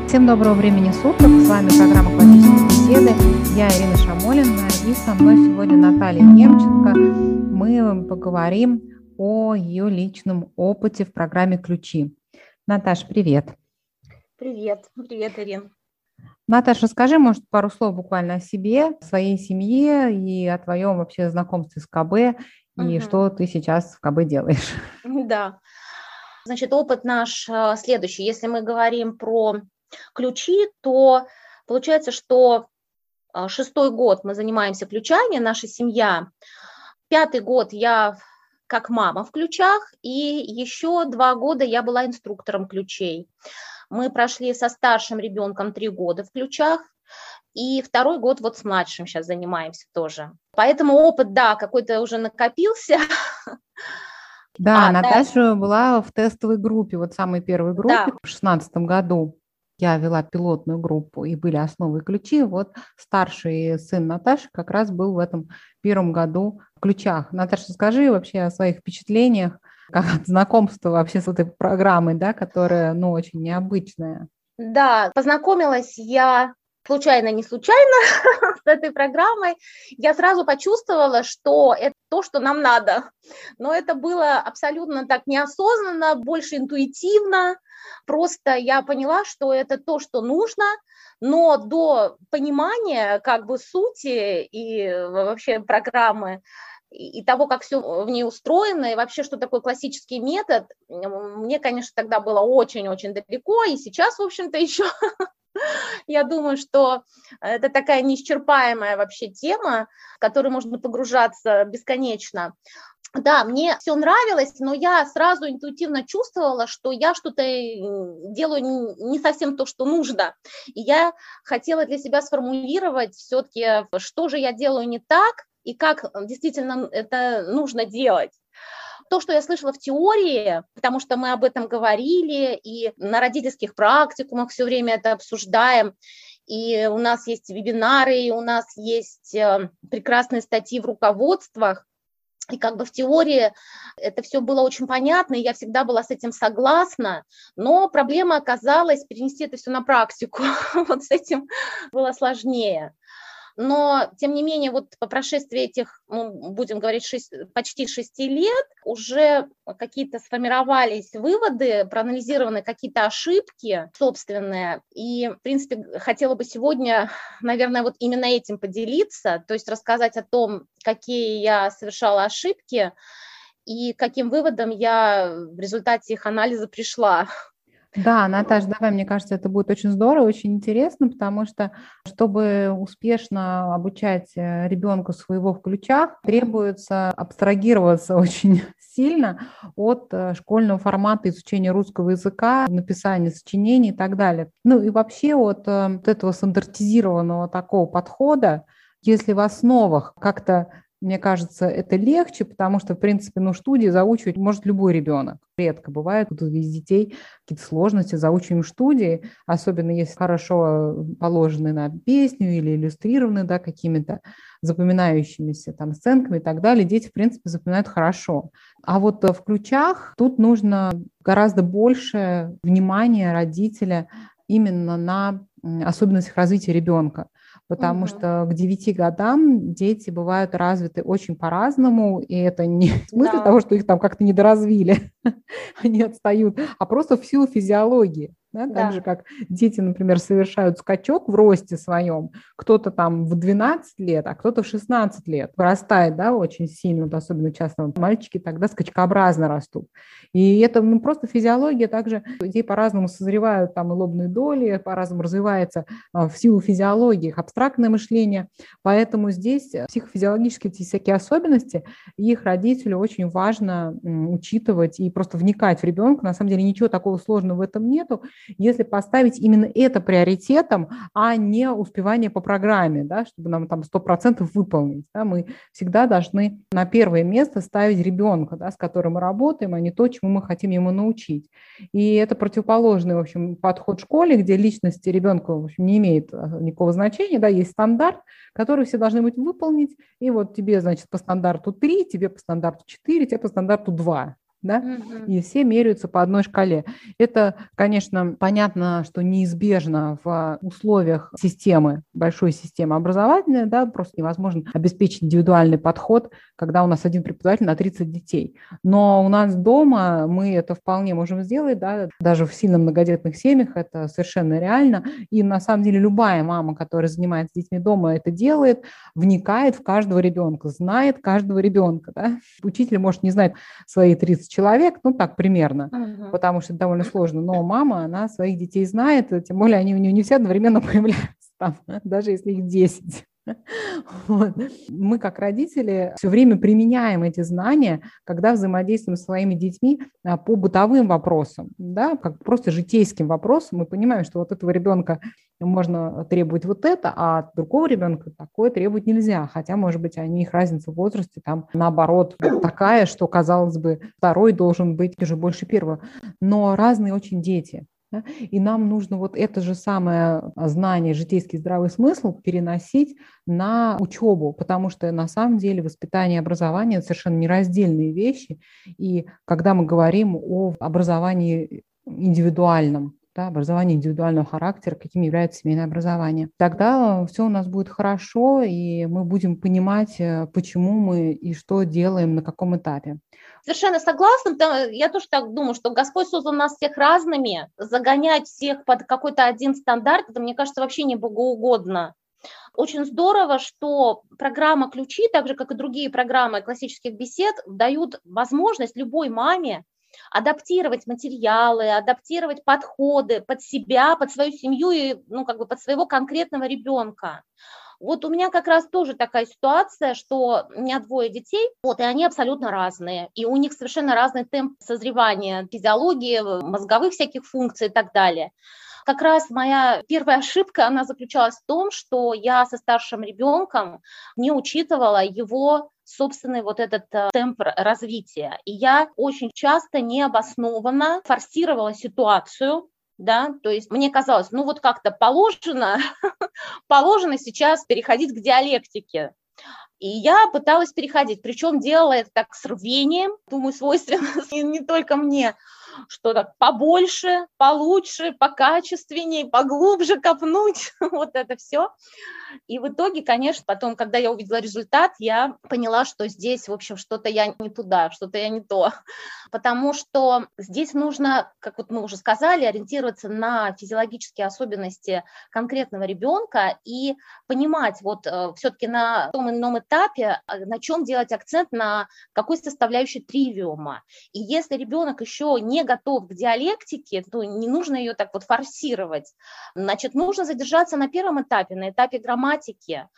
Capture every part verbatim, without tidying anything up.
Всем доброго времени суток, с вами программа «Классические беседы». Я Ирина Шамолина, и со мной сегодня Наталья Немченко. Мы поговорим о ее личном опыте в программе «Ключи». Наташ, привет. Привет, привет, Ирин. Наташа, расскажи, может, пару слов буквально о себе, о своей семье и о твоем вообще знакомстве с КБ, и Угу. что ты сейчас в КБ делаешь. Да, значит, опыт наш следующий. Если мы говорим про ключи, то получается, что шестой год мы занимаемся ключами, наша семья. Пятый год я как мама в ключах, и еще два года я была инструктором ключей. Мы прошли со старшим ребенком три года в ключах, и второй год вот с младшим сейчас занимаемся тоже. Поэтому опыт, да, какой-то уже накопился. Да, а, Наташа да. была в тестовой группе, вот самой первой группе, да. В две тысячи шестнадцатом году. Я вела пилотную группу, и были основы и ключи. Вот старший сын Наташи как раз был в этом первом году в ключах. Наташа, скажи вообще о своих впечатлениях, как от знакомства вообще с этой программой, да, которая, ну, очень необычная. Да, познакомилась я случайно, не случайно с этой программой. Я сразу почувствовала, что это то, что нам надо. Но это было абсолютно так неосознанно, больше интуитивно. Просто я поняла, что это то, что нужно, но до понимания как бы сути и вообще программы, и того, как все в ней устроено, и вообще, что такое классический метод, мне, конечно, тогда было очень-очень далеко, и сейчас, в общем-то, еще я думаю, что это такая неисчерпаемая вообще тема, в которую можно погружаться бесконечно. Да, мне все нравилось, но я сразу интуитивно чувствовала, что я что-то делаю не совсем то, что нужно. И я хотела для себя сформулировать все-таки, что же я делаю не так, и как действительно это нужно делать. То, что я слышала в теории, потому что мы об этом говорили, и на родительских практикумах все время это обсуждаем, и у нас есть вебинары, и у нас есть прекрасные статьи в руководствах, и как бы в теории это все было очень понятно, и я всегда была с этим согласна, но проблема оказалась перенести это все на практику. Вот с этим было сложнее. Но, тем не менее, вот по прошествии этих, ну, будем говорить, шесть, почти шести лет уже какие-то сформировались выводы, проанализированы какие-то ошибки собственные. И, в принципе, хотела бы сегодня, наверное, вот именно этим поделиться, то есть рассказать о том, какие я совершала ошибки и каким выводом я в результате их анализа пришла. Да, Наташ, давай, мне кажется, это будет очень здорово, очень интересно, потому что, чтобы успешно обучать ребенка своего в ключах, требуется абстрагироваться очень сильно от школьного формата изучения русского языка, написания сочинений и так далее. Ну и вообще от, от этого стандартизированного такого подхода, если в основах как-то, мне кажется, это легче, потому что, в принципе, ну, студии заучивать может любой ребенок. Редко бывает, тут из детей какие-то сложности с заучиванием студии, особенно если хорошо положены на песню или иллюстрированы, да, какими-то запоминающимися там сценками и так далее, дети, в принципе, запоминают хорошо. А вот в ключах тут нужно гораздо больше внимания родителя именно на особенностях развития ребенка. Потому угу. что к девяти годам дети бывают развиты очень по-разному, и это не в смысле да. того, что их там как-то недоразвили, они отстают, а просто в силу физиологии. Да? Так да. же, как дети, например, совершают скачок в росте своем, кто-то там в двенадцать лет, а кто-то в шестнадцать лет вырастает, да, очень сильно, вот особенно часто вот мальчики тогда скачкообразно растут. И это ну, просто физиология, также детей по-разному созревают там и лобные доли, по-разному развивается в силу физиологии, их абстрактное мышление, поэтому здесь психофизиологические эти всякие особенности, их родителю очень важно учитывать и просто вникать в ребенка, на самом деле ничего такого сложного в этом нету, если поставить именно это приоритетом, а не успевание по программе, да, чтобы нам там сто процентов выполнить. Да, мы всегда должны на первое место ставить ребенка, да, с которым мы работаем, а не то, чему мы хотим ему научить. И это противоположный, в общем, подход в школе, где личность ребенка, в общем, не имеет никакого значения, да, есть стандарт, который все должны быть выполнить, и вот тебе, значит, по стандарту три, тебе по стандарту четыре, тебе по стандарту два. да, Мгм. и все меряются по одной шкале. Это, конечно, понятно, что неизбежно в условиях системы, большой системы образовательной, да, просто невозможно обеспечить индивидуальный подход, когда у нас один преподаватель на тридцать детей. Но у нас дома мы это вполне можем сделать, да, даже в сильно многодетных семьях это совершенно реально. И на самом деле любая мама, которая занимается с детьми дома, это делает, вникает в каждого ребенка, знает каждого ребенка. Да. Учитель может не знать свои тридцать человек, ну так примерно, Мгм. потому что это довольно сложно, но мама, она своих детей знает, тем более они у нее не все одновременно появляются там, даже если их десять. Вот. Мы, как родители, все время применяем эти знания, когда взаимодействуем со своими детьми а, по бытовым вопросам, да, как просто житейским вопросам. Мы понимаем, что вот этого ребенка можно требовать вот это, а от другого ребенка такое требовать нельзя. Хотя, может быть, они, их разница в возрасте там наоборот такая, что, казалось бы, второй должен быть уже больше первого. Но разные очень дети. Да? И нам нужно вот это же самое знание, житейский здравый смысл переносить на учебу, потому что на самом деле воспитание и образование – это совершенно нераздельные вещи. И когда мы говорим о образовании индивидуальном, да, образование индивидуального характера, каким является семейное образование, тогда все у нас будет хорошо, и мы будем понимать, почему мы и что делаем, на каком этапе. Совершенно согласна. Я тоже так думаю, что Господь создал нас всех разными. Загонять всех под какой-то один стандарт, это, мне кажется, вообще не богоугодно. Очень здорово, что программа «Ключи», так же, как и другие программы классических бесед, дают возможность любой маме адаптировать материалы, адаптировать подходы под себя, под свою семью и, ну, как бы под своего конкретного ребенка. Вот у меня как раз тоже такая ситуация, что у меня двое детей, вот, и они абсолютно разные, и у них совершенно разный темп созревания физиологии, мозговых всяких функций и так далее. Как раз моя первая ошибка, она заключалась в том, что я со старшим ребенком не учитывала его собственный вот этот темп развития. И я очень часто необоснованно форсировала ситуацию, да, то есть мне казалось, ну вот как-то положено, положено сейчас переходить к диалектике. И я пыталась переходить, причем делала это так с рвением, думаю, свойственно не только мне, что так побольше, получше, покачественнее, поглубже копнуть, вот это все. И в итоге, конечно, потом, когда я увидела результат, я поняла, что здесь, в общем, что-то я не туда, что-то я не то. Потому что здесь нужно, как вот мы уже сказали, ориентироваться на физиологические особенности конкретного ребенка и понимать вот все-таки на том или ином этапе, на чем делать акцент, на какой составляющей тривиума. И если ребенок еще не готов к диалектике, то не нужно ее так вот форсировать. Значит, нужно задержаться на первом этапе, на этапе грамматики.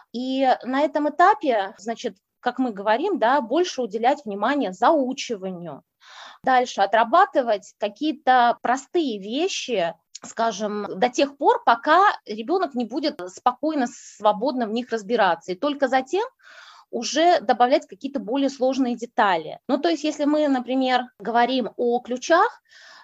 И на этом этапе, значит, как мы говорим, да, больше уделять внимание заучиванию. Дальше отрабатывать какие-то простые вещи, скажем, до тех пор, пока ребенок не будет спокойно, свободно в них разбираться. И только затем уже добавлять какие-то более сложные детали. Ну, то есть, если мы, например, говорим о ключах,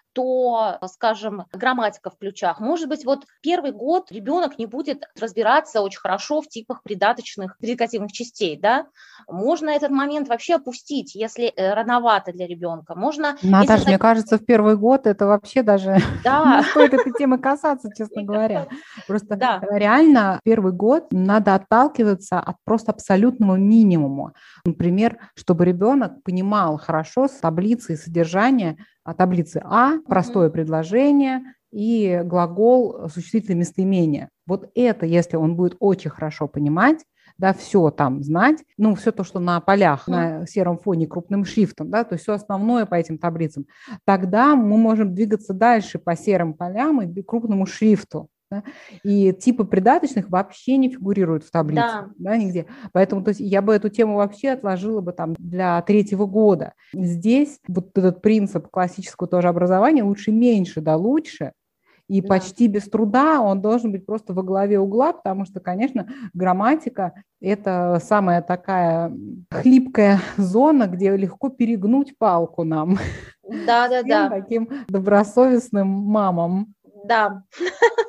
то, скажем, грамматика в ключах. Может быть, вот первый год ребенок не будет разбираться очень хорошо в типах придаточных предикативных частей, да? Можно этот момент вообще опустить, если рановато для ребенка. Можно, Наташа, если... мне кажется, в первый год это вообще даже да. не стоит этой темы касаться, честно говоря. Просто да. реально первый год надо отталкиваться от просто абсолютного минимума. Например, чтобы ребенок понимал хорошо с таблицей содержания, таблицы А, простое mm-hmm. предложение и глагол существительное местоимение. Вот это, если он будет очень хорошо понимать, да, все там знать, ну, все то, что на полях, mm-hmm. на сером фоне крупным шрифтом, да, то есть все основное по этим таблицам, тогда мы можем двигаться дальше по серым полям и крупному шрифту. Да? И типы придаточных вообще не фигурируют в таблице, да. Да, нигде. Поэтому то есть, я бы эту тему вообще отложила бы там для третьего года. Здесь вот этот принцип классического тоже образования лучше меньше, да лучше. И да. почти без труда он должен быть просто во главе угла, потому что, конечно, грамматика – это самая такая хлипкая зона, где легко перегнуть палку нам. Да, да, да. Таким добросовестным мамам. Да,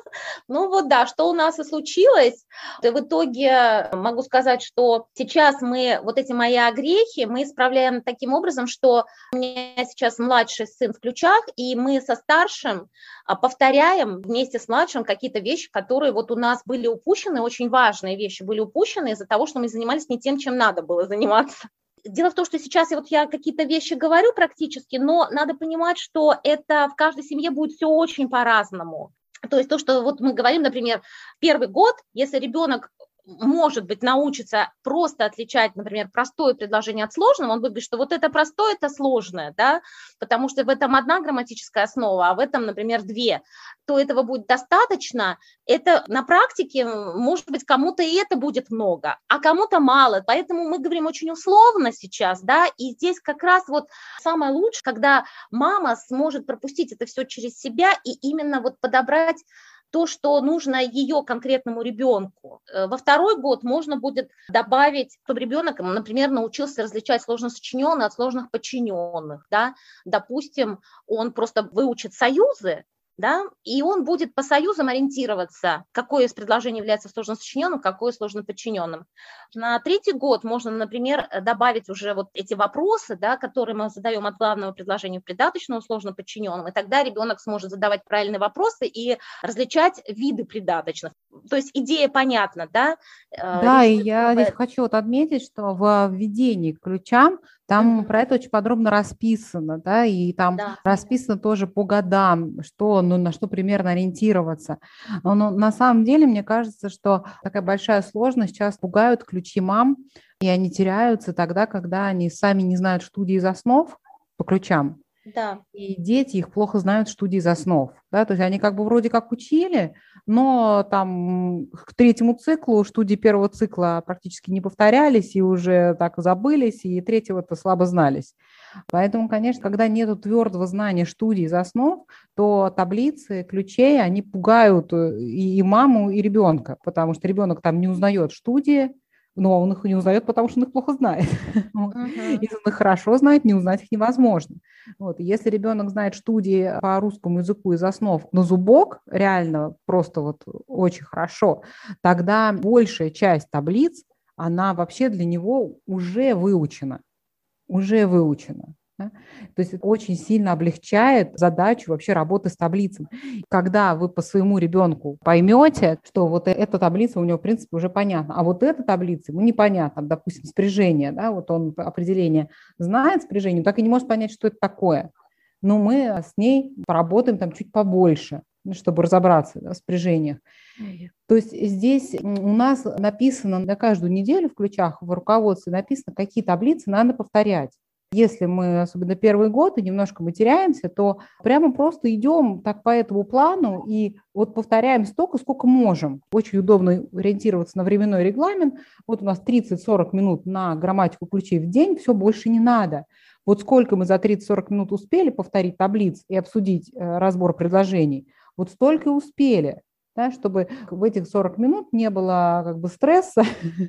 Ну вот да, что у нас и случилось. И в итоге могу сказать, что сейчас мы вот эти мои огрехи мы исправляем таким образом, что у меня сейчас младший сын в ключах, и мы со старшим повторяем вместе с младшим какие-то вещи, которые вот у нас были упущены, очень важные вещи были упущены из-за того, что мы занимались не тем, чем надо было заниматься. Дело в том, что сейчас вот я какие-то вещи говорю практически, но надо понимать, что это в каждой семье будет все очень по-разному. То есть то, что вот мы говорим, например, первый год, если ребенок, может быть, научится просто отличать, например, простое предложение от сложного, он будет говорить, что вот это простое, это сложное, да, потому что в этом одна грамматическая основа, а в этом, например, две, то этого будет достаточно. Это на практике, может быть, кому-то и это будет много, а кому-то мало, поэтому мы говорим очень условно сейчас, да, и здесь как раз вот самое лучшее, когда мама сможет пропустить это все через себя и именно вот подобрать то, что нужно ее конкретному ребенку. Во второй год можно будет добавить, чтобы ребенок, например, научился различать сложно сочиненные от сложных подчиненных. Да? Допустим, он просто выучит союзы, да, и он будет по союзам ориентироваться, какое из предложений является сложно сочиненным, какое сложно подчиненным. На третий год можно, например, добавить уже вот эти вопросы, да, которые мы задаем от главного предложения к придаточному сложно подчиненным, и тогда ребенок сможет задавать правильные вопросы и различать виды придаточных. То есть идея понятна, да? Да, и я здесь хочу вот отметить, что в введении к ключам там uh-huh. про это очень подробно расписано, да, и там да. расписано тоже по годам, что, ну, на что примерно ориентироваться. Но, но на самом деле, мне кажется, что такая большая сложность, сейчас пугают ключи мам, и они теряются тогда, когда они сами не знают студии из основ по ключам. Да. И дети их плохо знают студии из основ. Да? То есть они как бы вроде как учили, но там к третьему циклу студии первого цикла практически не повторялись и уже так забылись, и третьего-то слабо знались. Поэтому, конечно, когда нет твердого знания студий из основ, то таблицы ключей, они пугают и маму, и ребенка, потому что ребенок там не узнает студии, но он их не узнает, потому что он их плохо знает. Uh-huh. Если он их хорошо знает, не узнать их невозможно. Вот. Если ребенок знает студии по русскому языку из основ на зубок, реально просто вот очень хорошо, тогда большая часть таблиц, она вообще для него уже выучена. Уже выучена. Да? То есть это очень сильно облегчает задачу вообще работы с таблицами. Когда вы по своему ребенку поймете, что вот эта таблица у него, в принципе, уже понятна, а вот эта таблица ему непонятна, допустим, спряжение, да, вот он определение знает спряжение, но так и не может понять, что это такое. Но мы с ней поработаем там чуть побольше, чтобы разобраться, да, в спряжениях. То есть здесь у нас написано на каждую неделю в ключах, в руководстве написано, какие таблицы надо повторять. Если мы, особенно первый год, и немножко мы теряемся, то прямо просто идем так по этому плану и вот повторяем столько, сколько можем. Очень удобно ориентироваться на временной регламент. Вот у нас тридцать-сорок минут на грамматику ключей в день, все, больше не надо. Вот сколько мы за тридцать-сорок минут успели повторить таблиц и обсудить разбор предложений, вот столько и успели, да, чтобы в этих сорок минут не было как бы стресса,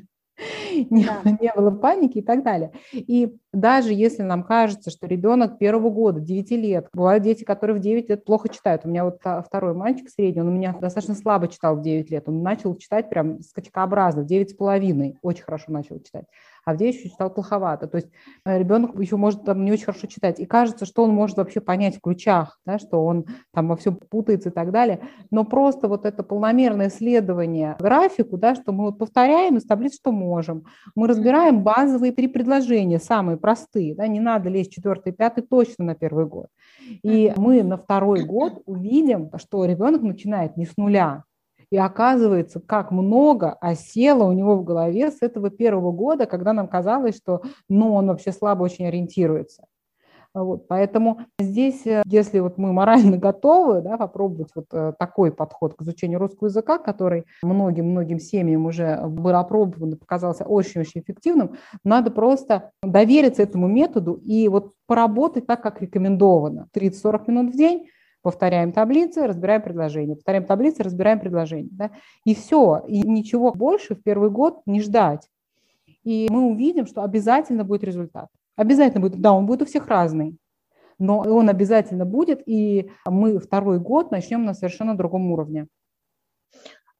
Не, да. не было паники и так далее. И даже если нам кажется, что ребенок первого года, девяти лет, бывают дети, которые в девять лет плохо читают. У меня вот второй мальчик средний, он у меня достаточно слабо читал в девять лет. Он начал читать прям скачкообразно, в девять с половиной, очень хорошо начал читать. А в девять еще читал плоховато. То есть ребенок еще может там не очень хорошо читать. И кажется, что он может вообще понять в ключах, да, что он там во всем путается и так далее. Но просто вот это полномерное следование графику, да, что мы вот повторяем из таблиц, что можем. Мы разбираем базовые три предложения, самые простые. Да, не надо лезть четвертый, пятый точно на первый год. И мы на второй год увидим, что ребенок начинает не с нуля. И оказывается, как много осело у него в голове с этого первого года, когда нам казалось, что ну, он вообще слабо очень ориентируется. Вот, поэтому здесь, если вот мы морально готовы, да, попробовать вот такой подход к изучению русского языка, который многим-многим семьям уже был опробован и показался очень-очень эффективным, надо просто довериться этому методу и вот поработать так, как рекомендовано. тридцать-сорок минут в день. Повторяем таблицы, разбираем предложения. Повторяем таблицы, разбираем предложения. Да? И все. И ничего больше в первый год не ждать. И мы увидим, что обязательно будет результат. Обязательно будет. Да, он будет у всех разный. Но он обязательно будет. И мы второй год начнем на совершенно другом уровне.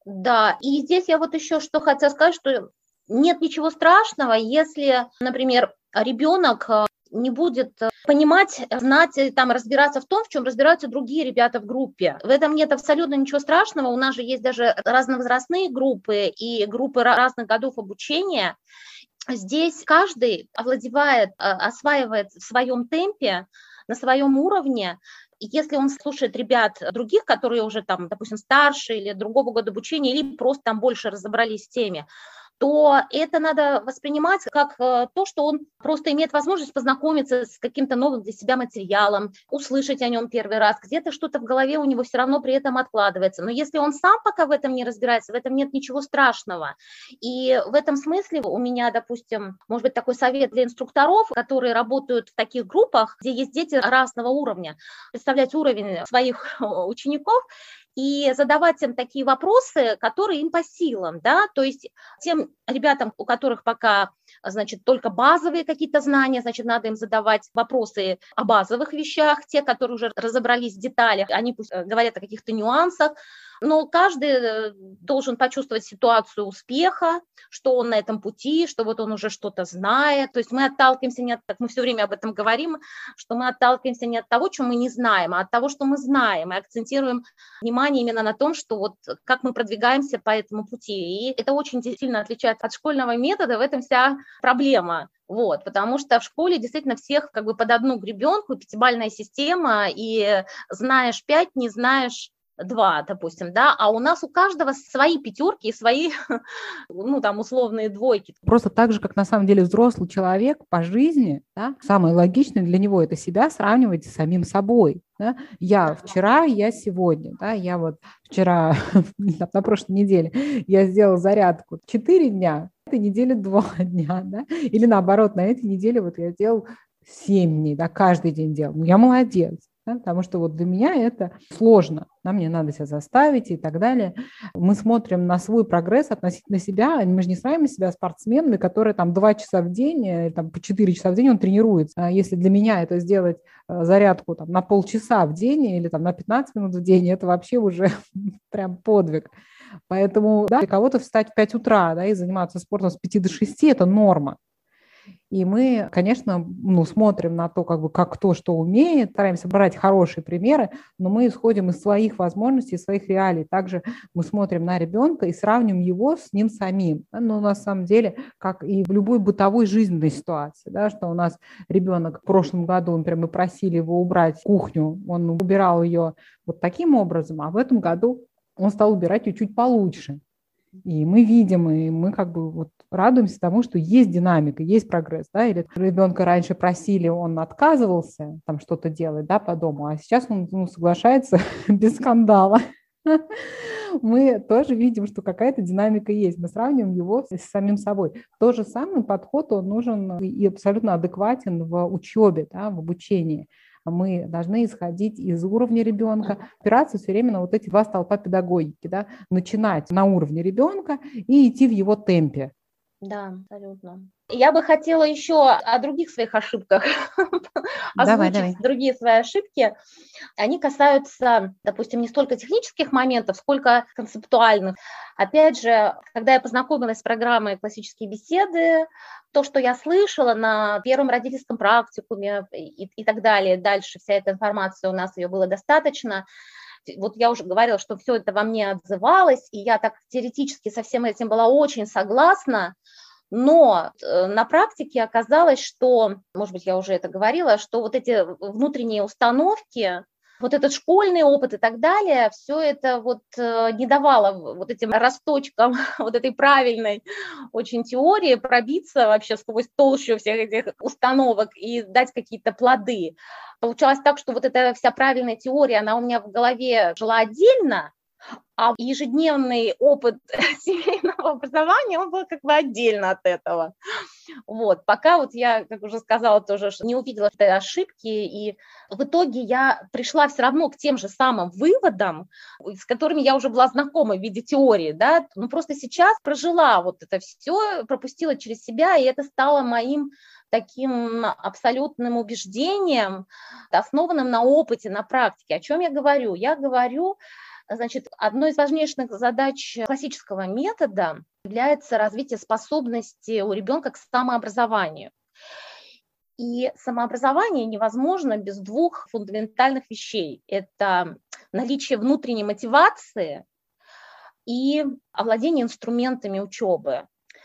Да, и здесь я вот еще что хотела сказать, что нет ничего страшного, если, например, ребенок не будет понимать, знать, там, разбираться в том, в чем разбираются другие ребята в группе. В этом нет абсолютно ничего страшного. У нас же есть даже разновозрастные группы и группы разных годов обучения. Здесь каждый овладевает, осваивает в своем темпе, на своем уровне. И если он слушает ребят других, которые уже там, допустим, старше или другого года обучения, или просто там больше разобрались в теме, то это надо воспринимать как то, что он просто имеет возможность познакомиться с каким-то новым для себя материалом, услышать о нем первый раз, где-то что-то в голове у него все равно при этом откладывается. Но если он сам пока в этом не разбирается, в этом нет ничего страшного. И в этом смысле у меня, допустим, может быть, такой совет для инструкторов, которые работают в таких группах, где есть дети разного уровня, представлять уровень своих учеников и задавать им такие вопросы, которые им по силам, да, то есть тем ребятам, у которых пока, значит, только базовые какие-то знания, значит, надо им задавать вопросы о базовых вещах, те, которые уже разобрались в деталях, они пусть говорят о каких-то нюансах, но каждый должен почувствовать ситуацию успеха, что он на этом пути, что вот он уже что-то знает, то есть мы отталкиваемся не от, как мы все время об этом говорим, что мы отталкиваемся не от того, чего мы не знаем, а от того, что мы знаем, и акцентируем внимание именно на том, что вот как мы продвигаемся по этому пути, и это очень сильно отличается от школьного метода, в этом вся проблема. Вот, потому что в школе действительно всех как бы под одну гребенку, пятибалльная система, и знаешь пять, не знаешь два, допустим, да, а у нас у каждого свои пятерки и свои, ну, там, условные двойки. Просто так же, как на самом деле взрослый человек по жизни, да, самое логичное для него – это себя сравнивать с самим собой. Да? Я вчера, я сегодня, да, я вот вчера, на прошлой неделе, я сделала зарядку четыре дня, этой неделе два дня, да, или наоборот, на этой неделе вот я делал семь дней, да, каждый день делал, ну, я молодец. Да, потому что вот для меня это сложно, да, мне надо себя заставить и так далее. Мы смотрим на свой прогресс относительно себя, мы же не сравниваем себя с спортсменами, которые там два часа в день, там, по четыре часа в день он тренируется. А если для меня это сделать зарядку там, на полчаса в день или там, на пятнадцать минут в день, это вообще уже прям подвиг. Поэтому да, для кого-то встать в пять утра, да, и заниматься спортом с пяти до шести – это норма. И мы, конечно, ну, смотрим на то, как бы, как кто что умеет, стараемся брать хорошие примеры, но мы исходим из своих возможностей, из своих реалий. Также мы смотрим на ребенка и сравниваем его с ним самим. Но на самом деле, как и в любой бытовой жизненной ситуации, да, что у нас ребенок в прошлом году, например, мы просили его убрать кухню, он убирал ее вот таким образом, а в этом году он стал убирать ее чуть получше. И мы видим, и мы как бы вот радуемся тому, что есть динамика, есть прогресс, да, или ребенка раньше просили, он отказывался там что-то делать, да, по дому, а сейчас он ну, соглашается без скандала. Мы тоже видим, что какая-то динамика есть, мы сравниваем его с самим собой. Тот же самый подход, он нужен и абсолютно адекватен в учебе, да, в обучении. Мы должны исходить из уровня ребенка, опираться все время на вот эти два столпа педагогики, да, начинать на уровне ребенка и идти в его темпе. Да, абсолютно. Я бы хотела еще о других своих ошибках озвучить, давай. Другие свои ошибки. Они касаются, допустим, не столько технических моментов, сколько концептуальных. Опять же, когда я познакомилась с программой «Классические беседы», то, что я слышала на первом родительском практикуме и, и так далее, дальше вся эта информация, у нас ее было достаточно. Вот я уже говорила, что все это во мне отзывалось, и я так теоретически со всем этим была очень согласна, но на практике оказалось, что, может быть, я уже это говорила, что вот эти внутренние установки, вот этот школьный опыт и так далее, все это вот не давало вот этим росточкам вот этой правильной очень теории пробиться вообще сквозь толщу всех этих установок и дать какие-то плоды. Получалось так, что вот эта вся правильная теория, она у меня в голове жила отдельно, а ежедневный опыт семейного образования, он был как бы отдельно от этого. Вот, пока вот я, как уже сказала, тоже не увидела этой ошибки, и в итоге я пришла все равно к тем же самым выводам, с которыми я уже была знакома в виде теории, да, но просто сейчас прожила вот это все, пропустила через себя, и это стало моим таким абсолютным убеждением, основанным на опыте, на практике. О чем я говорю? Я говорю Значит, одной из важнейших задач классического метода является развитие способности у ребенка к самообразованию. И самообразование невозможно без двух фундаментальных вещей. Это наличие внутренней мотивации и овладение инструментами учебы.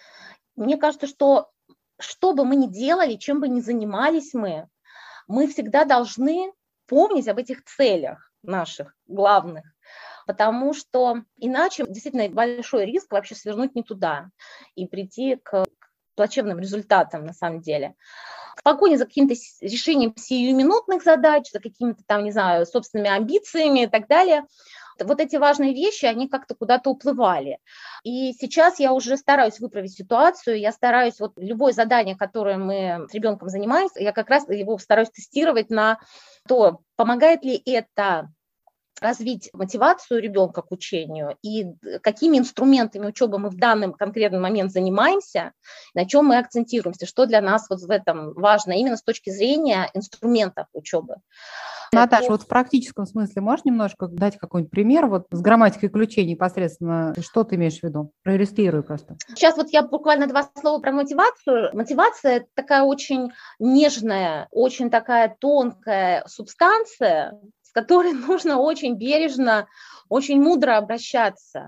Мне кажется, что что бы мы ни делали, чем бы ни занимались мы, мы всегда должны помнить об этих целях наших главных, потому что иначе действительно большой риск вообще свернуть не туда и прийти к плачевным результатам на самом деле. В погоне за каким-то решением сиюминутных задач, за какими-то там, не знаю, собственными амбициями и так далее, вот эти важные вещи, они как-то куда-то уплывали. И сейчас я уже стараюсь выправить ситуацию, я стараюсь, вот любое задание, которое мы с ребенком занимаемся, я как раз его стараюсь тестировать на то, помогает ли это развить мотивацию ребенка к учению и какими инструментами учебы мы в данный конкретный момент занимаемся, на чем мы акцентируемся, что для нас вот в этом важно именно с точки зрения инструментов учебы. Наташа, Это... вот в практическом смысле можешь немножко дать какой-нибудь пример вот с грамматикой ключей непосредственно? Что ты имеешь в виду? Проиллюстрируй просто. Сейчас вот я буквально два слова про мотивацию. Мотивация – это такая очень нежная, очень такая тонкая субстанция, с которой нужно очень бережно, очень мудро обращаться.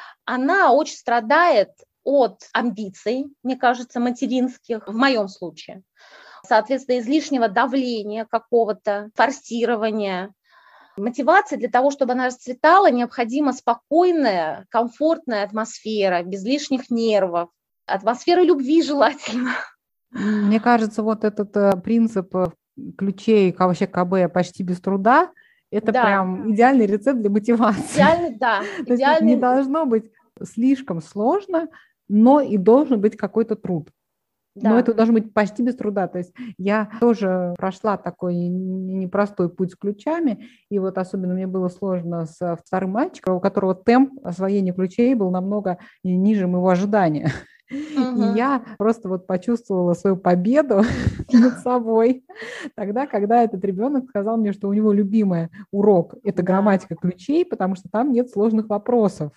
Она очень страдает от амбиций, мне кажется, материнских, в моем случае. Соответственно, излишнего давления какого-то, форсирования. Мотивация для того, чтобы она расцветала, необходима спокойная, комфортная атмосфера, без лишних нервов, атмосфера любви желательно. Мне кажется, вот этот принцип ключей вообще КБ почти без труда, это да. Прям идеальный рецепт для мотивации. Идеальный, да. Идеальный... Не должно быть слишком сложно, но и должен быть какой-то труд. Да. Но это должно быть почти без труда. То есть я тоже прошла такой непростой путь с ключами, и вот особенно мне было сложно с вторым мальчиком, у которого темп освоения ключей был намного ниже моего ожидания. Угу. И я просто вот почувствовала свою победу над собой тогда, когда этот ребенок сказал мне, что у него любимый урок – это грамматика ключей, потому что там нет сложных вопросов.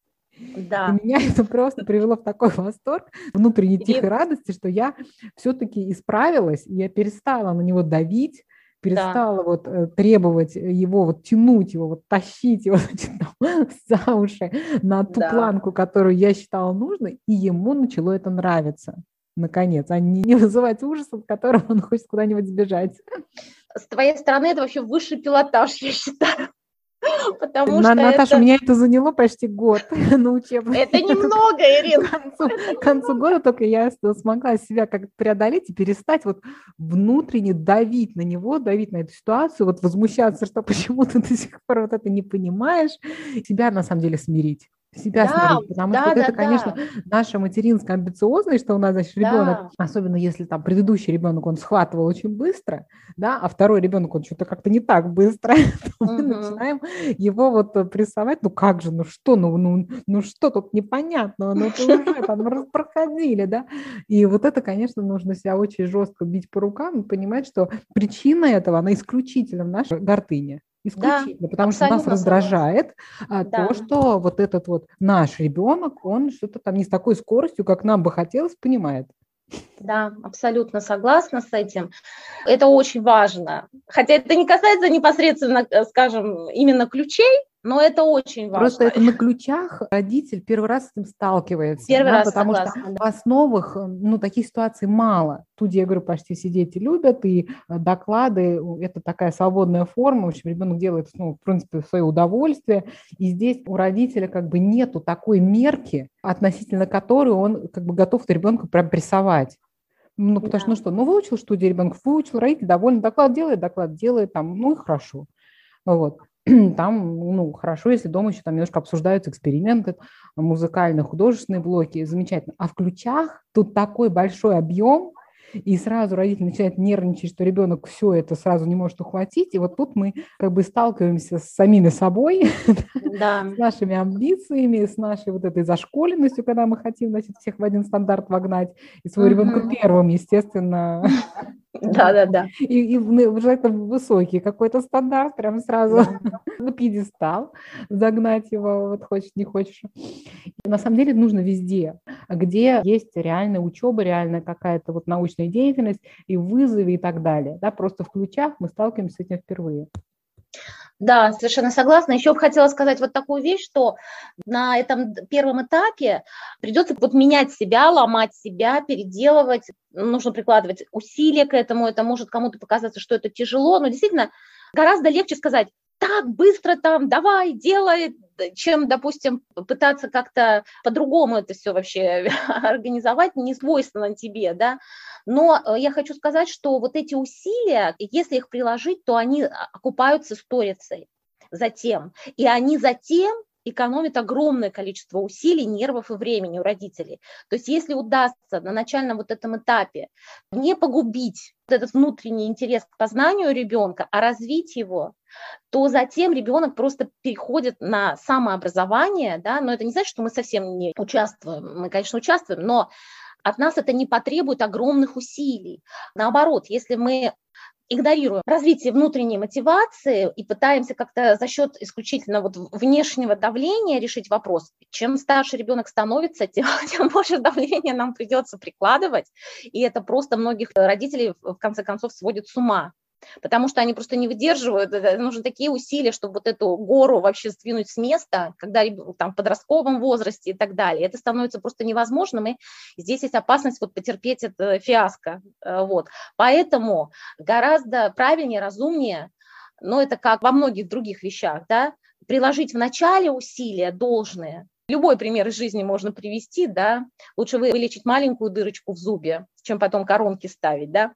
Да. И меня это просто привело в такой восторг, внутренней тихой и... радости, что я все-таки исправилась, и я перестала на него давить, перестала да. вот э, требовать его, вот тянуть его, вот тащить его значит, там, за уши на ту да. планку, которую я считала нужной, и ему начало это нравиться, наконец, а не, не вызывать ужас, от которого он хочет куда-нибудь сбежать. С твоей стороны это вообще высший пилотаж, я считаю. Потому На, что Наташа, это... у меня это заняло почти год на учебу. Это немного, Ирина. К концу, к концу года только я смогла себя как-то преодолеть и перестать вот внутренне давить на него, давить на эту ситуацию, вот возмущаться, что почему ты до сих пор вот это не понимаешь, себя на самом деле смирить. Себя да, смотреть, потому да, что вот да, это, да. конечно, наша материнская амбициозность, что у нас, значит, ребенок, да. особенно если там предыдущий ребенок, он схватывал очень быстро, да, а второй ребенок, он что-то как-то не так быстро, то мы начинаем его вот прессовать, ну как же, ну что, ну, ну, ну что тут непонятно, ну это уже там проходили, да, и вот это, конечно, нужно себя очень жестко бить по рукам и понимать, что причина этого, она исключительно в нашей гордыне. Исключительно, да, потому что нас раздражает а, да. то, что вот этот вот наш ребенок, он что-то там не с такой скоростью, как нам бы хотелось, понимает. Да, абсолютно согласна с этим. Это очень важно. Хотя это не касается непосредственно, скажем, именно ключей, но это очень важно. Просто это на ключах родитель первый раз с этим сталкивается. Первый да, раз, потому согласна, что да. в основах, ну, таких ситуаций мало. Тут, я говорю, почти все дети любят, и доклады – это такая свободная форма. В общем, ребенок делает, ну, в принципе, в свое удовольствие. И здесь у родителя как бы нету такой мерки, относительно которой он как бы готов ребенка прям прессовать. Ну, потому да. что, ну что, ну, выучил студию ребенок, выучил, родитель довольны, доклад делает, доклад делает, там, ну, и хорошо. Вот. Там, ну, хорошо, если дома еще там немножко обсуждаются эксперименты, музыкальные, художественные блоки, замечательно. А в ключах тут такой большой объем, и сразу родитель начинает нервничать, что ребенок все это сразу не может ухватить, и вот тут мы как бы сталкиваемся с самими собой, Да. с нашими амбициями, с нашей вот этой зашколенностью, когда мы хотим, значит, всех в один стандарт вогнать, и своего ребенка первым, естественно, Да, да, да. И, и уже это высокий какой-то стандарт, прям сразу Да. на пьедестал загнать его, вот хочешь, не хочешь. И на самом деле нужно везде, где есть реальная учеба, реальная какая-то вот научная деятельность и вызовы и так далее. Да, просто в ключах мы сталкиваемся с этим впервые. Да, совершенно согласна. Еще бы хотела сказать вот такую вещь, что на этом первом этапе придется вот менять себя, ломать себя, переделывать, нужно прикладывать усилия к этому, это может кому-то показаться, что это тяжело, но действительно гораздо легче сказать: так, быстро там, давай, делай, чем, допустим, пытаться как-то по-другому это все вообще организовать, не свойственно тебе, да. Но я хочу сказать, что вот эти усилия, если их приложить, то они окупаются сторицей затем, и они затем экономят огромное количество усилий, нервов и времени у родителей. То есть если удастся на начальном вот этом этапе не погубить вот этот внутренний интерес к познанию ребенка, а развить его, то затем ребенок просто переходит на самообразование, да, но это не значит, что мы совсем не участвуем, мы, конечно, участвуем, но от нас это не потребует огромных усилий. Наоборот, если мы игнорируем развитие внутренней мотивации и пытаемся как-то за счет исключительно вот внешнего давления решить вопрос, чем старше ребенок становится, тем, тем больше давления нам придется прикладывать, и это просто многих родителей в конце концов сводит с ума. Потому что они просто не выдерживают, нужны такие усилия, чтобы вот эту гору вообще сдвинуть с места, когда там в подростковом возрасте и так далее. Это становится просто невозможным, и здесь есть опасность вот потерпеть это фиаско. Вот. Поэтому гораздо правильнее, разумнее, но это как во многих других вещах, да, приложить в начале усилия должные. Любой пример из жизни можно привести, да, лучше вылечить маленькую дырочку в зубе, чем потом коронки ставить, да.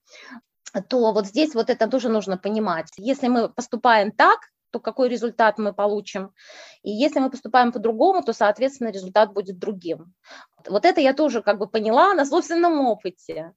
То вот здесь вот это тоже нужно понимать. Если мы поступаем так, то какой результат мы получим? И если мы поступаем по-другому, то, соответственно, результат будет другим. Вот это я тоже как бы поняла на собственном опыте.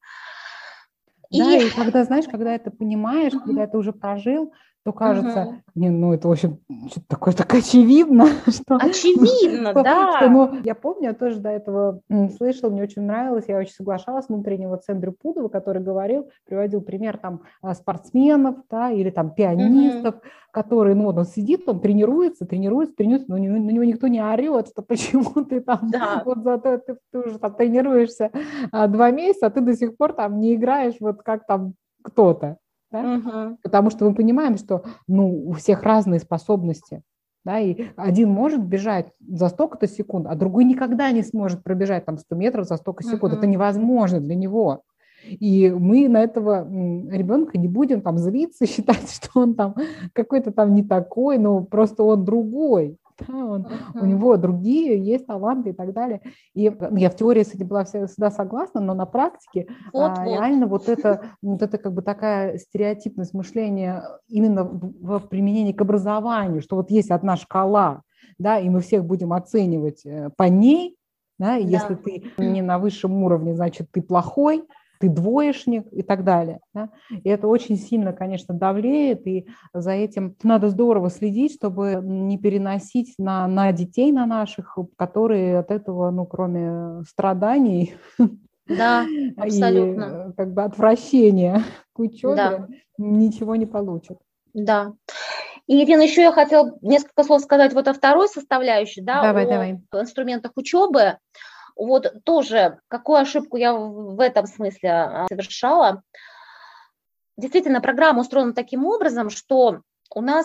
Да, и, и когда, знаешь, когда это понимаешь, uh-huh. когда это уже прожил, то кажется, uh-huh. не, ну это, в общем, что-то такое так очевидно. Что, очевидно, что, да. Что, ну, я помню, я тоже до этого слышала, мне очень нравилось, я очень соглашалась внутренне вот с Эндрю Пудова, который говорил, приводил пример там спортсменов, да, или там пианистов, uh-huh. которые, ну, он сидит, он тренируется, тренируется, тренируется, но на него никто не орет, что почему ты там, да. вот зато ты, ты уже там тренируешься а, два месяца, а ты до сих пор там не играешь вот как там кто-то. Да? Угу. Потому что мы понимаем, что ну, у всех разные способности. Да? И один может бежать за столько-то секунд, а другой никогда не сможет пробежать там сто метров за столько секунд. Угу. Это невозможно для него. И мы на этого ребенка не будем там злиться, считать, что он там какой-то там не такой, но просто он другой. Да, он, uh-huh. У него другие есть таланты и так далее. И я в теории с этим была всегда согласна, но на практике вот, а, вот. реально вот это, вот это как бы такая стереотипность мышления именно в, в применении к образованию, что вот есть одна шкала, да, и мы всех будем оценивать по ней, да, и да. если ты не на высшем уровне, значит, ты плохой, ты двоечник и так далее. Да? И это очень сильно, конечно, давлеет, и за этим надо здорово следить, чтобы не переносить на, на детей, на наших, которые от этого, ну, кроме страданий да, абсолютно. и как бы отвращения к учебе, да. ничего не получат. Да. И, Ирина, еще я хотела несколько слов сказать вот о второй составляющей, да, давай, о давай. инструментах учебы. Вот тоже, какую ошибку я в этом смысле совершала. Действительно, программа устроена таким образом, что у нас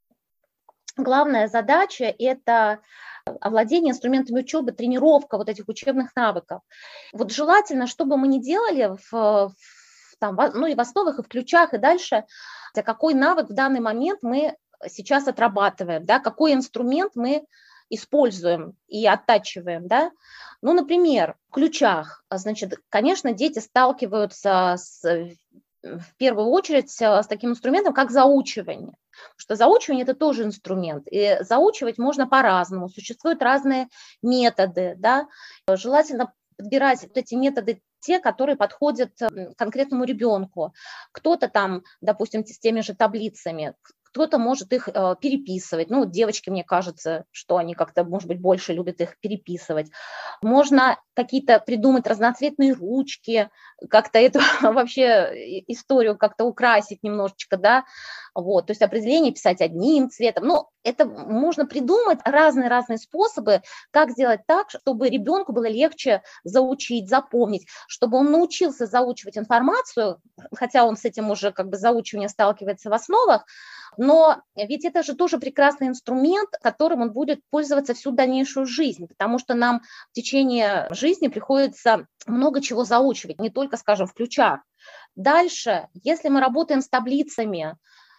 главная задача – это овладение инструментами учебы, тренировка вот этих учебных навыков. Вот желательно, чтобы мы не делали в, в, там, ну и в основах, и в ключах, и дальше, какой навык в данный момент мы сейчас отрабатываем, да, какой инструмент мы используем и оттачиваем, да. Ну, например, в ключах, значит, конечно, дети сталкиваются с, в первую очередь с таким инструментом, как заучивание. Потому что заучивание – это тоже инструмент, и заучивать можно по-разному, существуют разные методы, да. Желательно подбирать вот эти методы те, которые подходят конкретному ребенку. Кто-то там, допустим, с теми же таблицами, кто-то может их э, переписывать. Ну, девочки, мне кажется, что они как-то, может быть, больше любят их переписывать. Можно какие-то придумать разноцветные ручки, как-то эту вообще историю как-то украсить немножечко, да, вот, то есть определение писать одним цветом. Ну, это можно придумать разные-разные способы, как сделать так, чтобы ребенку было легче заучить, запомнить, чтобы он научился заучивать информацию, хотя он с этим уже как бы заучивание сталкивается в основах, но ведь это же тоже прекрасный инструмент, которым он будет пользоваться всю дальнейшую жизнь, потому что нам в течение жизни приходится много чего заучивать, не только, скажем, в ключах. Дальше, если мы работаем с таблицами,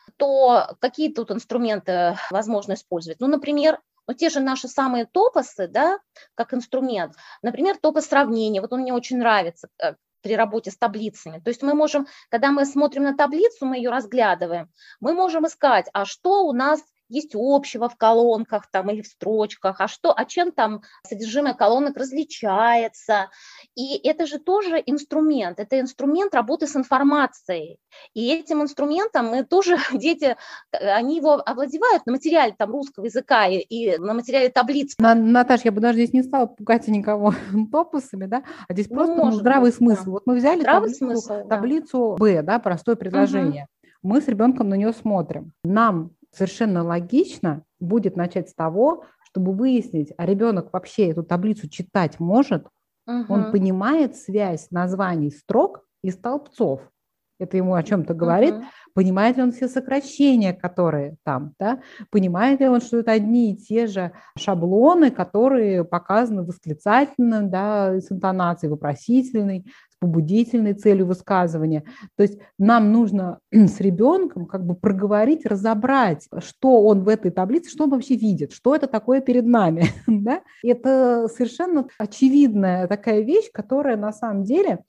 то какие тут инструменты возможно использовать? Ну, например, ну, те же наши самые топосы, да, как инструмент, например, топос сравнения, вот он мне очень нравится при работе с таблицами. То есть мы можем, когда мы смотрим на таблицу, мы ее разглядываем, мы можем искать, а что у нас есть общего в колонках там, или в строчках, а, что, а чем там содержимое колонок различается. И это же тоже инструмент, это инструмент работы с информацией. И этим инструментом мы тоже, дети, они его овладевают на материале там, русского языка и, и на материале таблиц. На, Наташа, я бы даже здесь не стала пугать никого топусами, да, а здесь просто ну, здравый быть, смысл. Да. Вот мы взяли здравый таблицу, смысл, таблицу да. Б, да, простое предложение. Угу. Мы с ребенком на нее смотрим. Нам совершенно логично будет начать с того, чтобы выяснить, а ребенок вообще эту таблицу читать может, угу. Он понимает связь названий строк и столбцов. Это ему о чем-то говорит. Uh-huh. Понимает ли он все сокращения, которые там, да? Понимает ли он, что это одни и те же шаблоны, которые показаны восклицательным, да, с интонацией вопросительной, с побудительной целью высказывания. То есть нам нужно с ребенком как бы проговорить, разобрать, что он в этой таблице, что он вообще видит, что это такое перед нами. Да? Это совершенно очевидная такая вещь, которая на самом деле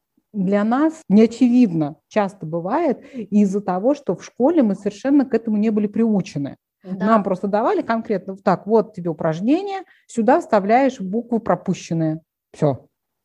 для нас неочевидно часто бывает из-за того, что в школе мы совершенно к этому не были приучены. Да. Нам просто давали конкретно так, вот тебе упражнение, сюда вставляешь буквы пропущенные. Все.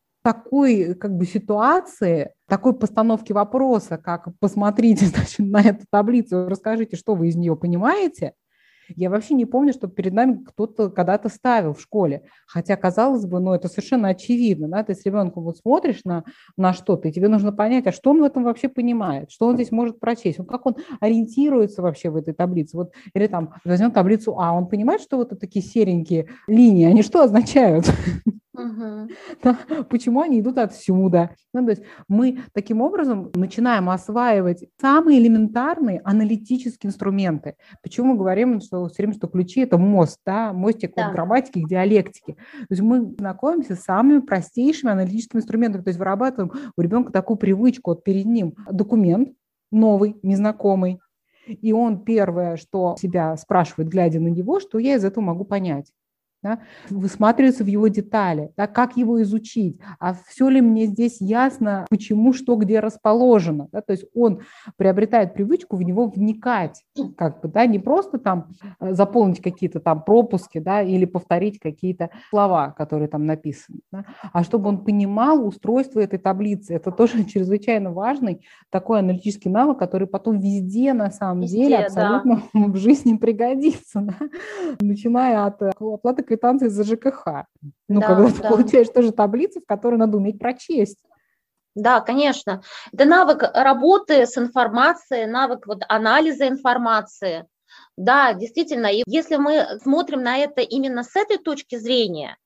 Такой как бы ситуации, такой постановки вопроса, как посмотрите, значит, на эту таблицу, расскажите, что вы из нее понимаете. Я вообще не помню, что перед нами кто-то когда-то ставил в школе. Хотя, казалось бы, ну, это совершенно очевидно. Да? Ты с ребенком вот смотришь на, на что-то, и тебе нужно понять, а что он в этом вообще понимает, что он здесь может прочесть, он, как он ориентируется вообще в этой таблице. Вот, или там возьмем таблицу А, он понимает, что вот такие серенькие линии, они что означают? Uh-huh. Да, почему они идут отсюда? Ну, то есть мы таким образом начинаем осваивать самые элементарные аналитические инструменты. Почему мы говорим, что все время, что ключи – это мост, да, мостик да. От грамматики к диалектике. То есть мы знакомимся с самыми простейшими аналитическими инструментами, то есть вырабатываем у ребенка такую привычку, вот перед ним документ новый, незнакомый, и он первое, что себя спрашивает, глядя на него, что я из этого могу понять. Да, высматривается в его детали, да, как его изучить, а все ли мне здесь ясно, почему, что, где расположено. Да, то есть он приобретает привычку в него вникать, как бы, да, не просто там заполнить какие-то там пропуски, да, или повторить какие-то слова, которые там написаны, да, а чтобы он понимал устройство этой таблицы. Это тоже чрезвычайно важный такой аналитический навык, который потом везде на самом везде, деле абсолютно да. в жизни пригодится, да, начиная от оплаты квитанции за ЖКХ. Ну, да, когда да. ты получаешь тоже таблицы, в которые надо уметь прочесть. Да, конечно. Это навык работы с информацией, навык вот анализа информации. Да, действительно, и если мы смотрим на это именно с этой точки зрения,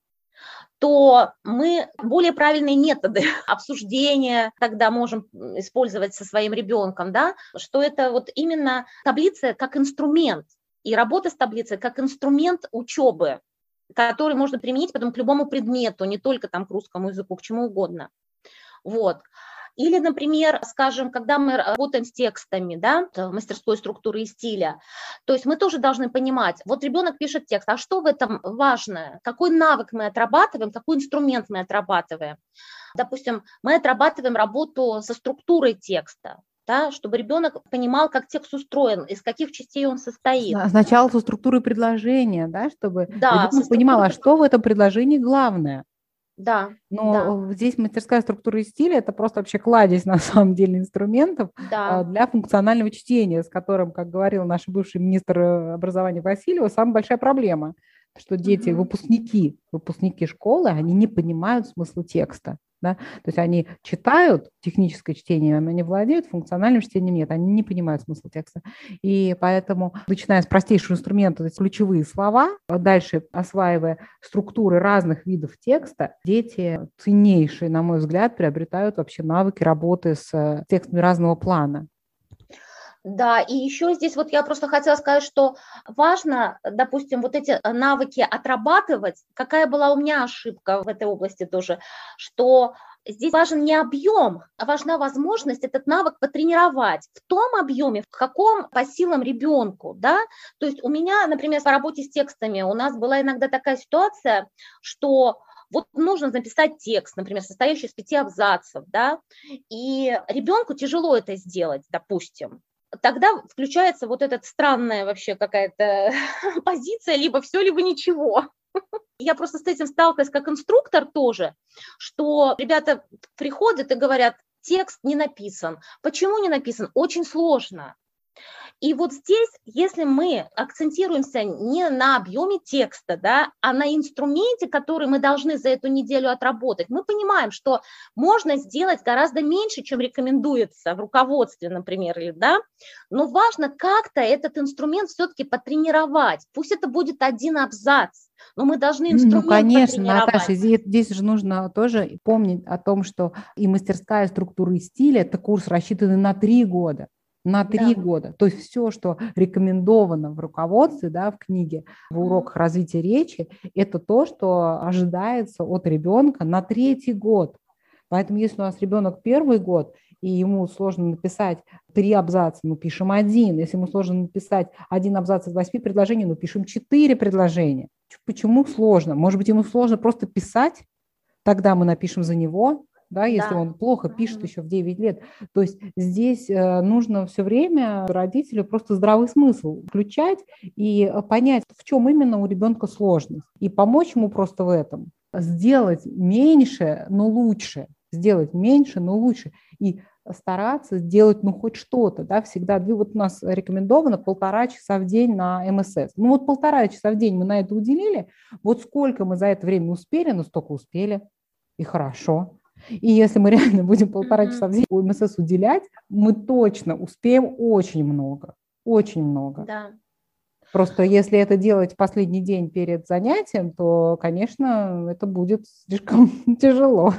то мы более правильные методы обсуждения тогда можем использовать со своим ребенком, да, что это вот именно таблица как инструмент, и работа с таблицей как инструмент учебы, который можно применить потом к любому предмету, не только там к русскому языку, к чему угодно. Вот. Или, например, скажем, когда мы работаем с текстами, да, в мастерской структуры и стиля, то есть мы тоже должны понимать, вот ребенок пишет текст, а что в этом важное? Какой навык мы отрабатываем, какой инструмент мы отрабатываем? Допустим, мы отрабатываем работу со структурой текста. Да, чтобы ребенок понимал, как текст устроен, из каких частей он состоит. Сначала со структурой предложения, да, чтобы да, ребенок понимал, а что в этом предложении главное. Да, Но да, здесь мастерская структура и стиля – это просто вообще кладезь, на самом деле, инструментов да. а, для функционального чтения, с которым, как говорил наш бывший министр э, образования Васильева, самая большая проблема, что дети, Мгм. выпускники, выпускники школы, они не понимают смысла текста. Да? То есть они читают техническое чтение, они владеют, функциональным чтением нет, они не понимают смысл текста. И поэтому, начиная с простейшего инструмента, то есть ключевые слова, а дальше осваивая структуры разных видов текста, дети ценнейшие, на мой взгляд, приобретают вообще навыки работы с текстами разного плана. Да, и еще здесь вот я просто хотела сказать, что важно, допустим, вот эти навыки отрабатывать. Какая была у меня ошибка в этой области тоже, что здесь важен не объем, а важна возможность этот навык потренировать в том объеме, в каком по силам ребенку, да. То есть у меня, например, по работе с текстами у нас была иногда такая ситуация, что вот нужно написать текст, например, состоящий из пяти абзацев, да, и ребенку тяжело это сделать, допустим. Тогда включается вот эта странная вообще какая-то позиция, либо все, либо ничего. Я просто с этим сталкиваюсь как инструктор тоже, что ребята приходят и говорят, текст не написан. Почему не написан? Очень сложно. И вот здесь, если мы акцентируемся не на объеме текста, да, а на инструменте, который мы должны за эту неделю отработать, мы понимаем, что можно сделать гораздо меньше, чем рекомендуется в руководстве, например, или, да, но важно как-то этот инструмент все-таки потренировать. Пусть это будет один абзац, но мы должны Ну, инструмент конечно, потренировать. Наташа, здесь, здесь же нужно тоже помнить о том, что и мастерская структура и стиль – это курс, рассчитанный на три года. На три Да. года. То есть все, что рекомендовано в руководстве, да, в книге, в уроках развития речи, это то, что ожидается от ребенка на третий год. Поэтому если у нас ребенок первый год, и ему сложно написать три абзаца, мы пишем один. Если ему сложно написать один абзац из восьми предложений, мы пишем четыре предложения. Почему сложно? Может быть, ему сложно просто писать? Тогда мы напишем за него, да, если Да. он плохо пишет еще в девять лет. То есть здесь нужно все время родителю просто здравый смысл включать и понять, в чем именно у ребенка сложность, и помочь ему просто в этом. Сделать меньше, но лучше. Сделать меньше, но лучше. И стараться сделать, ну, хоть что-то, да, всегда. Вот у нас рекомендовано полтора часа в день на эм эс эс. Ну, вот полтора часа в день мы на это уделили, вот сколько мы за это время успели, ну, столько успели, и хорошо. И если мы реально будем полтора часа в день эм эс эс уделять, мы точно успеем очень много, очень много. Да. Просто если это делать в последний день перед занятием, то, конечно, это будет слишком тяжело.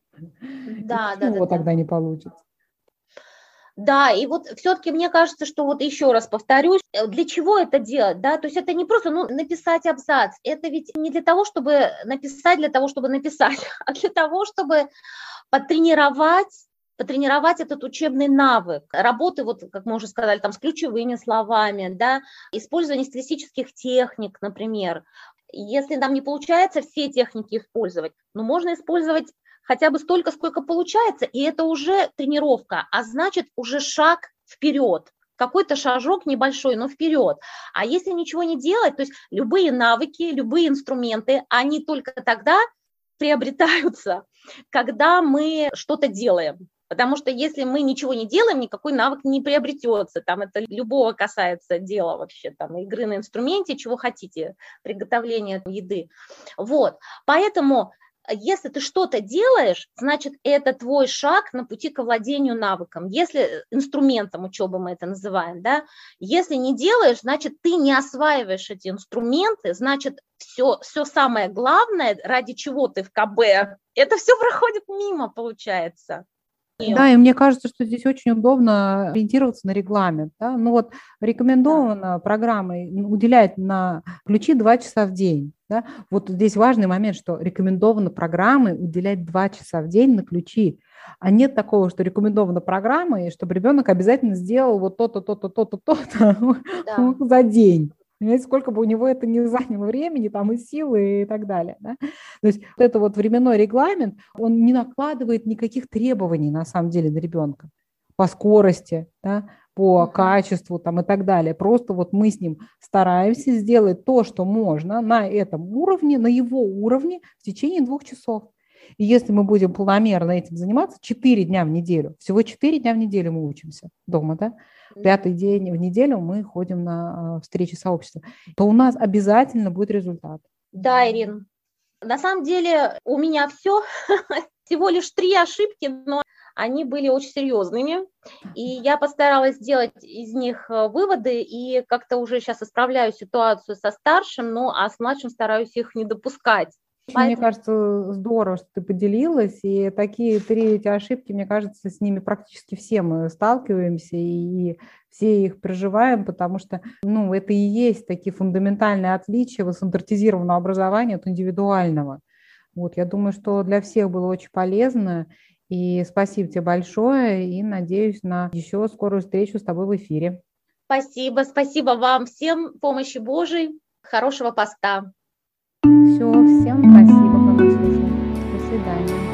Да, И да, ничего да, да. тогда не получится. Да, и вот все-таки мне кажется, что вот еще раз повторюсь, для чего это делать, да, то есть это не просто, ну, написать абзац, это ведь не для того, чтобы написать, для того, чтобы написать, а для того, чтобы потренировать, потренировать этот учебный навык, работы, вот, как мы уже сказали, там, с ключевыми словами, да, использование стилистических техник, например. Если нам не получается все техники использовать, ну, можно использовать хотя бы столько, сколько получается, и это уже тренировка, а значит уже шаг вперед, какой-то шажок небольшой, но вперед. А если ничего не делать, то есть любые навыки, любые инструменты, они только тогда приобретаются, когда мы что-то делаем. Потому что если мы ничего не делаем, никакой навык не приобретется. Там это любого касается дела вообще, там игры на инструменте, чего хотите, приготовления еды. Вот, поэтому если ты что-то делаешь, значит, это твой шаг на пути к овладению навыком. Если инструментом учебы мы это называем, да, если не делаешь, значит, ты не осваиваешь эти инструменты, значит, все, все самое главное, ради чего ты в ка бэ, это все проходит мимо, получается. Да, и мне кажется, что здесь очень удобно ориентироваться на регламент. Да? Ну вот рекомендовано да. программой уделять на ключи два часа в день. Да? Вот здесь важный момент, что рекомендовано программой уделять два часа в день на ключи. А нет такого, что рекомендовано программой, чтобы ребенок обязательно сделал вот то-то, то-то, то-то, то-то да. за день. Понимаете, сколько бы у него это не заняло времени, там и силы и так далее. Да? То есть вот это вот временной регламент, он не накладывает никаких требований на самом деле на ребенка по скорости, да, по uh-huh. качеству там, и так далее. Просто вот мы с ним стараемся сделать то, что можно на этом уровне, на его уровне в течение двух часов. И если мы будем планомерно этим заниматься, четыре дня в неделю, всего четыре дня в неделю мы учимся дома, да? Пятый день в неделю мы ходим на встречи сообщества, то у нас обязательно будет результат. Да, Ирин, на самом деле у меня все, всего лишь три ошибки, но они были очень серьезными, и я постаралась сделать из них выводы, и как-то уже сейчас исправляю ситуацию со старшим, ну а с младшим стараюсь их не допускать. Мне кажется, здорово, что ты поделилась, и такие три эти ошибки, мне кажется, с ними практически все мы сталкиваемся, и все их проживаем, потому что, ну, это и есть такие фундаментальные отличия стандартизированного образования от индивидуального. Вот, я думаю, что для всех было очень полезно, и спасибо тебе большое, и надеюсь на еще скорую встречу с тобой в эфире. Спасибо, спасибо вам всем, помощи Божией, хорошего поста. Все, всем спасибо, кто нас слушал. До свидания.